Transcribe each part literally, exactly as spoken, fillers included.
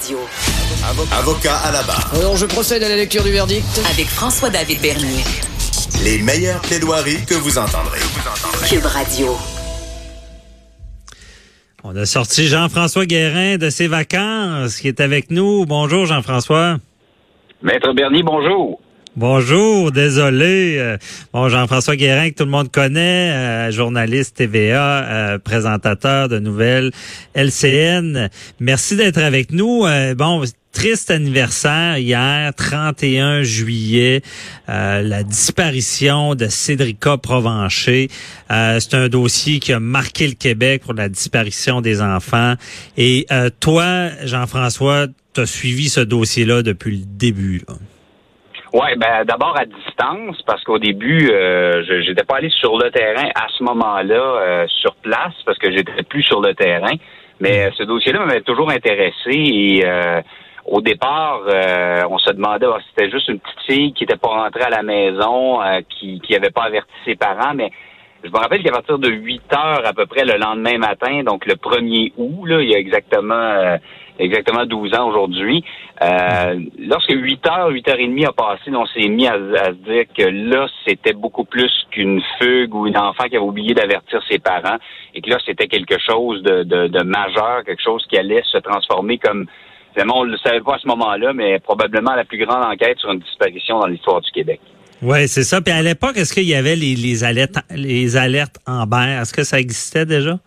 Radio. Avocat à la barre. Alors, je procède à la lecture du verdict. Avec François-David Bernier. Les meilleures plaidoiries que vous entendrez. Cube Radio. On a sorti Jean-François Guérin de ses vacances, qui est avec nous. Bonjour, Jean-François. Maître Bernier, bonjour. Bonjour, désolé. Euh, bon, Jean-François Guérin, que tout le monde connaît, euh, journaliste T V A, euh, présentateur de nouvelles L C N. Merci d'être avec nous. Euh, bon, triste anniversaire hier, trente et un juillet, euh, la disparition de Cédrica Provencher. Euh, c'est un dossier qui a marqué le Québec pour la disparition des enfants. Et euh, toi, Jean-François, tu as suivi ce dossier-là depuis le début, là. Ouais, ben d'abord à distance, parce qu'au début, euh, je j'étais pas allé sur le terrain à ce moment-là, euh, sur place, parce que j'étais plus sur le terrain. Mais euh, ce dossier-là m'avait toujours intéressé et euh, au départ, euh, on se demandait oh, si c'était juste une petite fille qui était pas rentrée à la maison, euh, qui qui avait pas averti ses parents, mais je me rappelle qu'à partir de huit heures à peu près le lendemain matin, donc le premier août, là, il y a exactement euh, exactement douze ans aujourd'hui, euh, lorsque huit heures, huit heures trente a passé, on s'est mis à, à se dire que là, c'était beaucoup plus qu'une fugue ou une enfant qui avait oublié d'avertir ses parents et que là, c'était quelque chose de, de, de majeur, quelque chose qui allait se transformer comme, vraiment, on ne le savait pas à ce moment-là, mais probablement la plus grande enquête sur une disparition dans l'histoire du Québec. Oui, c'est ça. Puis à l'époque, est-ce qu'il y avait les, les alertes les alertes Amber? Est-ce que ça existait déjà?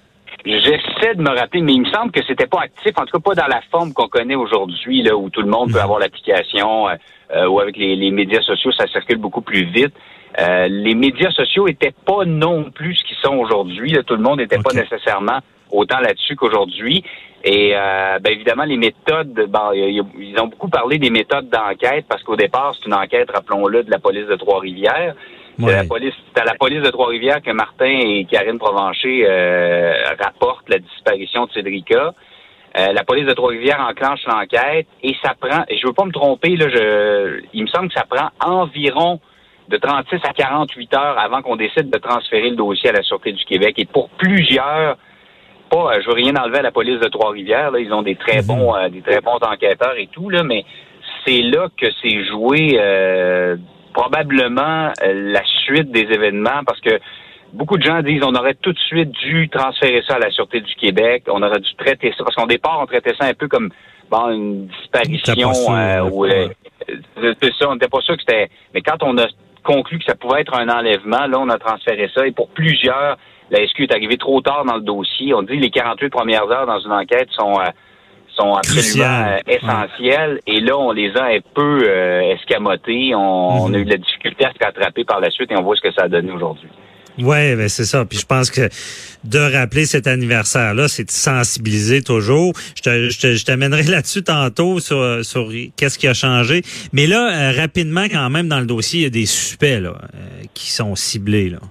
J'essaie de me rappeler, mais il me semble que c'était pas actif, en tout cas pas dans la forme qu'on connaît aujourd'hui, là, où tout le monde peut avoir l'application, euh, ou avec les, les médias sociaux, ça circule beaucoup plus vite. Euh, les médias sociaux étaient pas non plus ce qu'ils sont aujourd'hui. Là, tout le monde n'était okay. pas nécessairement autant là-dessus qu'aujourd'hui. Et euh, ben évidemment, les méthodes, ben, ils ont beaucoup parlé des méthodes d'enquête, parce qu'au départ, c'est une enquête, rappelons-le, de la police de Trois-Rivières. Ouais. C'est la police, c'est à la police de Trois-Rivières que Martin et Karine Provencher euh, rapportent la disparition de Cédrica. Euh, la police de Trois-Rivières enclenche l'enquête et ça prend, et je veux pas me tromper, là, je, il me semble que ça prend environ de trente-six à quarante-huit heures avant qu'on décide de transférer le dossier à la Sûreté du Québec. Et pour plusieurs, pas, je veux rien enlever à la police de Trois-Rivières, là, ils ont des très bons, euh, des très bons enquêteurs et tout, là, mais c'est là que c'est joué, euh, probablement euh, la suite des événements, parce que beaucoup de gens disent on aurait tout de suite dû transférer ça à la Sûreté du Québec, on aurait dû traiter ça, parce qu'au départ, on traitait ça un peu comme bon, une disparition. Sûr, euh, où, euh, c'est ça, on n'était pas sûr que c'était... Mais quand on a conclu que ça pouvait être un enlèvement, là, on a transféré ça, et pour plusieurs, la S Q est arrivée trop tard dans le dossier. On dit que les quarante-huit premières heures dans une enquête sont... Euh, sont absolument euh, essentielles. Ouais. Et là, on les a un peu euh, escamotés. On, mm-hmm. on a eu de la difficulté à se rattraper par la suite et on voit ce que ça a donné aujourd'hui. Oui, ben c'est ça. Puis je pense que de rappeler cet anniversaire-là, c'est de sensibiliser toujours. Je, te, je, te, je t'amènerai là-dessus tantôt sur, sur qu'est-ce qui a changé. Mais là, euh, rapidement, quand même, dans le dossier, il y a des suspects là, euh, qui sont ciblés, là.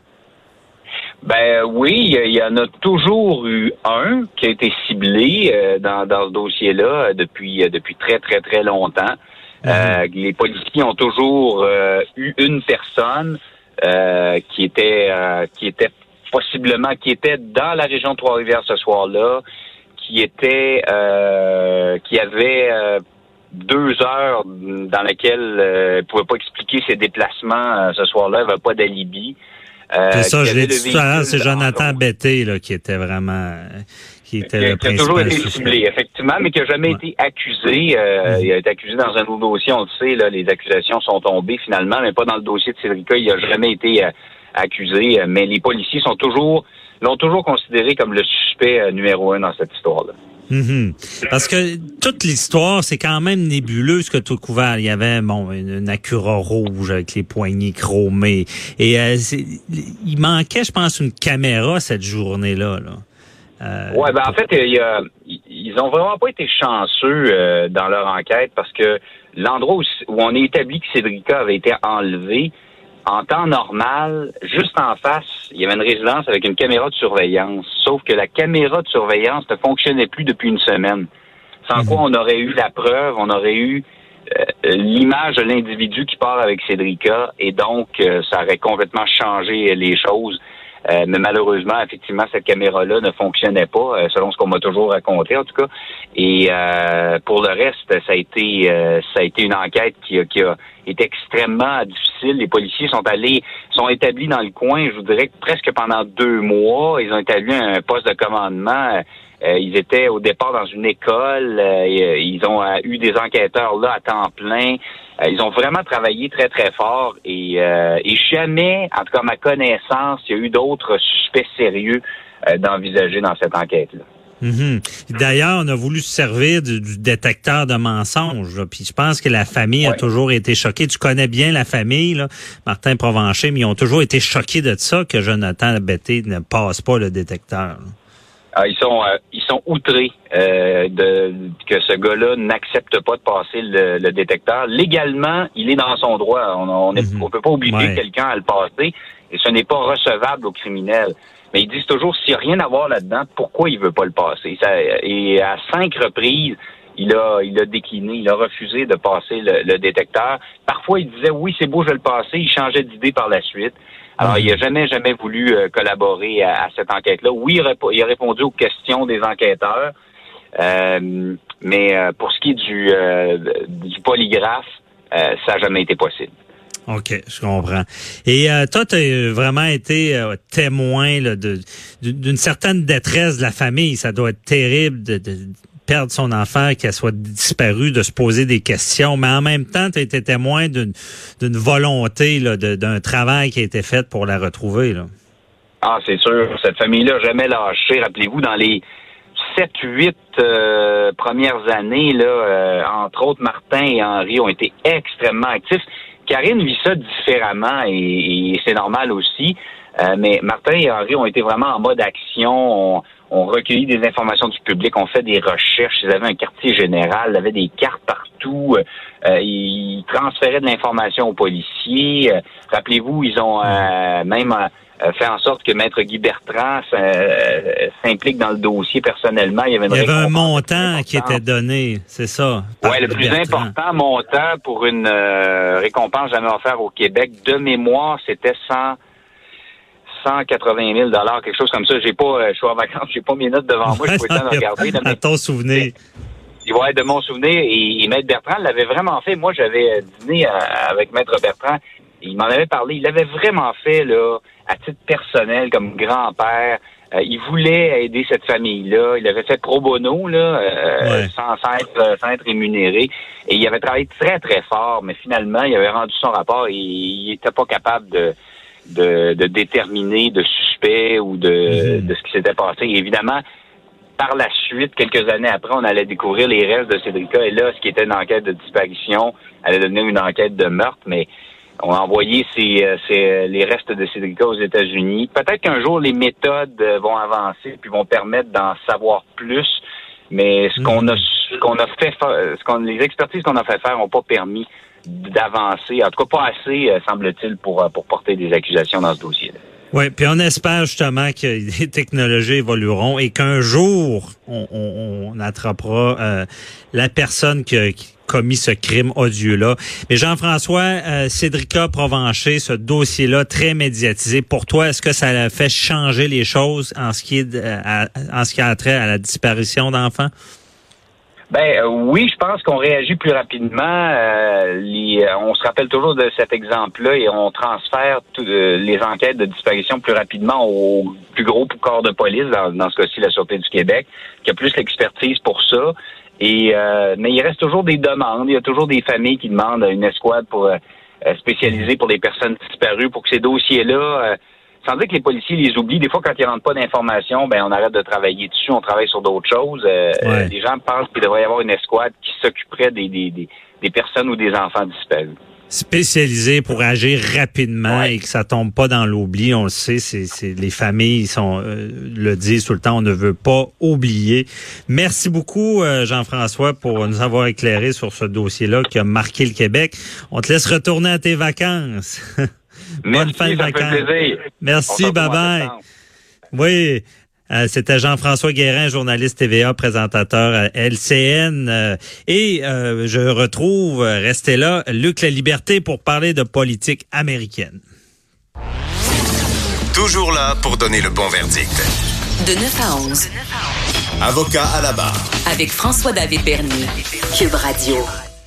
Ben oui, il y en a toujours eu un qui a été ciblé euh, dans, dans ce dossier-là depuis euh, depuis très très très longtemps. Mmh. Euh, les policiers ont toujours euh, eu une personne euh, qui était euh, qui était possiblement qui était dans la région de Trois-Rivières ce soir-là, qui était euh, qui avait euh, deux heures dans lesquelles euh, elle pouvait pas expliquer ses déplacements euh, ce soir-là, elle n'avait pas d'alibi. Euh, c'est ça, je l'ai dit tout à l'heure, c'est Jonathan Betté là, qui était vraiment qui était qui a, le principal. Qui a toujours été ciblé, effectivement, mais qui n'a jamais ouais. été accusé. Euh, mmh. Il a été accusé dans un autre dossier, on le sait, là, les accusations sont tombées finalement, mais pas dans le dossier de Cédrica, il n'a jamais été euh, accusé. Mais les policiers sont toujours l'ont toujours considéré comme le suspect euh, numéro un dans cette histoire-là. Mm-hmm. Parce que toute l'histoire, c'est quand même nébuleux ce que tu as couvert. Il y avait bon une, une Acura rouge avec les poignées chromées. Et euh, c'est, il manquait, je pense, une caméra cette journée-là. Là. Euh, ouais, ben en fait, il y a, ils ont vraiment pas été chanceux euh, dans leur enquête parce que l'endroit où, où on a établi que Cédrica avait été enlevée, en temps normal, juste en face, il y avait une résidence avec une caméra de surveillance. Sauf que la caméra de surveillance ne fonctionnait plus depuis une semaine. Sans mmh. quoi on aurait eu la preuve, on aurait eu euh, l'image de l'individu qui part avec Cédrica et donc euh, ça aurait complètement changé les choses. Euh, mais malheureusement, effectivement, cette caméra-là ne fonctionnait pas, euh, selon ce qu'on m'a toujours raconté, en tout cas. Et euh, pour le reste, ça a été euh, ça a été une enquête qui a, qui a été extrêmement difficile. Les policiers sont allés, sont établis dans le coin, je vous dirais, presque pendant deux mois. Ils ont établi un poste de commandement. Euh, ils étaient au départ dans une école. Euh, ils ont euh, eu des enquêteurs là à temps plein. Euh, ils ont vraiment travaillé très, très fort. Et, euh, et jamais, en tout cas à ma connaissance, il y a eu d'autres suspects sérieux euh, d'envisager dans cette enquête-là. Mm-hmm. D'ailleurs, on a voulu se servir du, du détecteur de mensonges. Là. Puis je pense que la famille ouais. a toujours été choquée. Tu connais bien la famille, là, Martin Provencher, mais ils ont toujours été choqués de ça que Jonathan Betté ne passe pas le détecteur. Là. Ah, ils sont euh, ils sont outrés euh, de que ce gars-là n'accepte pas de passer le, le détecteur. Légalement, il est dans son droit. On on, est, mm-hmm. on peut pas obliger ouais. quelqu'un à le passer et ce n'est pas recevable aux criminels. Mais ils disent toujours s'il n'y a rien à voir là-dedans, pourquoi il veut pas le passer. Ça, et à cinq reprises, il a il a décliné, il a refusé de passer le, le détecteur. Parfois, il disait oui, c'est beau, je vais le passer. Il changeait d'idée par la suite. Alors, il n'a jamais, jamais voulu euh, collaborer à, à cette enquête-là. Oui, il a, il a répondu aux questions des enquêteurs, euh, mais euh, pour ce qui est du, euh, du polygraphe, euh, ça n'a jamais été possible. OK, je comprends. Et euh, toi, tu as vraiment été euh, témoin là, de, d'une certaine détresse de la famille. Ça doit être terrible de... de perdre son enfant, qu'elle soit disparue, de se poser des questions, mais en même temps, tu as été témoin d'une, d'une volonté, là, de, d'un travail qui a été fait pour la retrouver. Là. Ah, c'est sûr. Cette famille-là n'a jamais lâché. Rappelez-vous, dans les sept huit euh, premières années, là, euh, entre autres, Martin et Henri ont été extrêmement actifs. Karine vit ça différemment et, et c'est normal aussi. Euh, mais Martin et Henri ont été vraiment en mode action. On, on recueillit des informations du public, on fait des recherches. Ils avaient un quartier général, ils avaient des cartes partout. Euh, ils transféraient de l'information aux policiers. Euh, rappelez-vous, ils ont euh, même euh, fait en sorte que Maître Guy Bertrand euh, s'implique dans le dossier personnellement. Il y avait, une Il y avait un montant qui était donné, c'est ça? Oui, le plus Bertrand. important montant pour une euh, récompense jamais offerte au Québec. De mémoire, c'était cent quatre-vingt mille dollars, quelque chose comme ça. J'ai pas, je suis en vacances, j'ai pas mes notes devant moi, je peux pas regarder. À ton souvenir. Ouais, de mon souvenir. Et, et Maître Bertrand l'avait vraiment fait. Moi, j'avais dîné à, avec Maître Bertrand. Et il m'en avait parlé. Il l'avait vraiment fait, là, à titre personnel, comme grand-père. Euh, il voulait aider cette famille-là. Il l'avait fait pro bono, là, euh, ouais. sans, sans, être, sans être rémunéré. Et il avait travaillé très, très fort. Mais finalement, il avait rendu son rapport et il était pas capable de De, de déterminer de suspect ou de, mmh. de ce qui s'était passé. Et évidemment, par la suite, quelques années après, on allait découvrir les restes de Cédrica. Et là, ce qui était une enquête de disparition allait devenir une enquête de meurtre. Mais on a envoyé ces, ces, les restes de Cédrica aux États-Unis. Peut-être qu'un jour, les méthodes vont avancer puis vont permettre d'en savoir plus. Mais ce mmh. qu'on a, ce qu'on a fait, ce qu'on, les expertises qu'on a fait faire n'ont pas permis d'avancer, en tout cas pas assez, euh, semble-t-il, pour, pour porter des accusations dans ce dossier-là. Oui, puis on espère justement que les technologies évolueront et qu'un jour, on, on, on attrapera euh, la personne qui a, qui a commis ce crime odieux-là. Mais Jean-François, euh, Cédrica Provencher, ce dossier-là très médiatisé, pour toi, est-ce que ça a fait changer les choses en ce qui est de, à, en ce qui a trait à la disparition d'enfants? Ben euh, oui, je pense qu'on réagit plus rapidement. Euh, les, euh, on se rappelle toujours de cet exemple-là et on transfère tout, euh, les enquêtes de disparition plus rapidement au plus gros corps de police, dans, dans ce cas-ci la Sûreté du Québec, qui a plus l'expertise pour ça. Et euh, mais il reste toujours des demandes. Il y a toujours des familles qui demandent une escouade pour euh, spécialisée pour les personnes disparues, pour que ces dossiers-là... Euh, sans dire que les policiers les oublient. Des fois, quand ils rentrent pas d'informations, ben on arrête de travailler dessus, on travaille sur d'autres choses. Euh, ouais. Les gens pensent qu'il devrait y avoir une escouade qui s'occuperait des, des, des, des personnes ou des enfants disparus. Spécialisé pour agir rapidement ouais. et que ça tombe pas dans l'oubli. On le sait, c'est, c'est les familles sont euh, le disent tout le temps, on ne veut pas oublier. Merci beaucoup, euh, Jean-François, pour nous avoir éclairé sur ce dossier-là qui a marqué le Québec. On te laisse retourner à tes vacances. Bonne Merci, fin de vacances. Merci, bye-bye. Oui, euh, c'était Jean-François Guérin, journaliste T V A, présentateur à L C N. Euh, et euh, je retrouve, restez là, Luc La Liberté pour parler de politique américaine. toujours là pour donner le bon verdict. De neuf à onze. Avocat à la barre. Avec François-David Bernier. Cube Radio.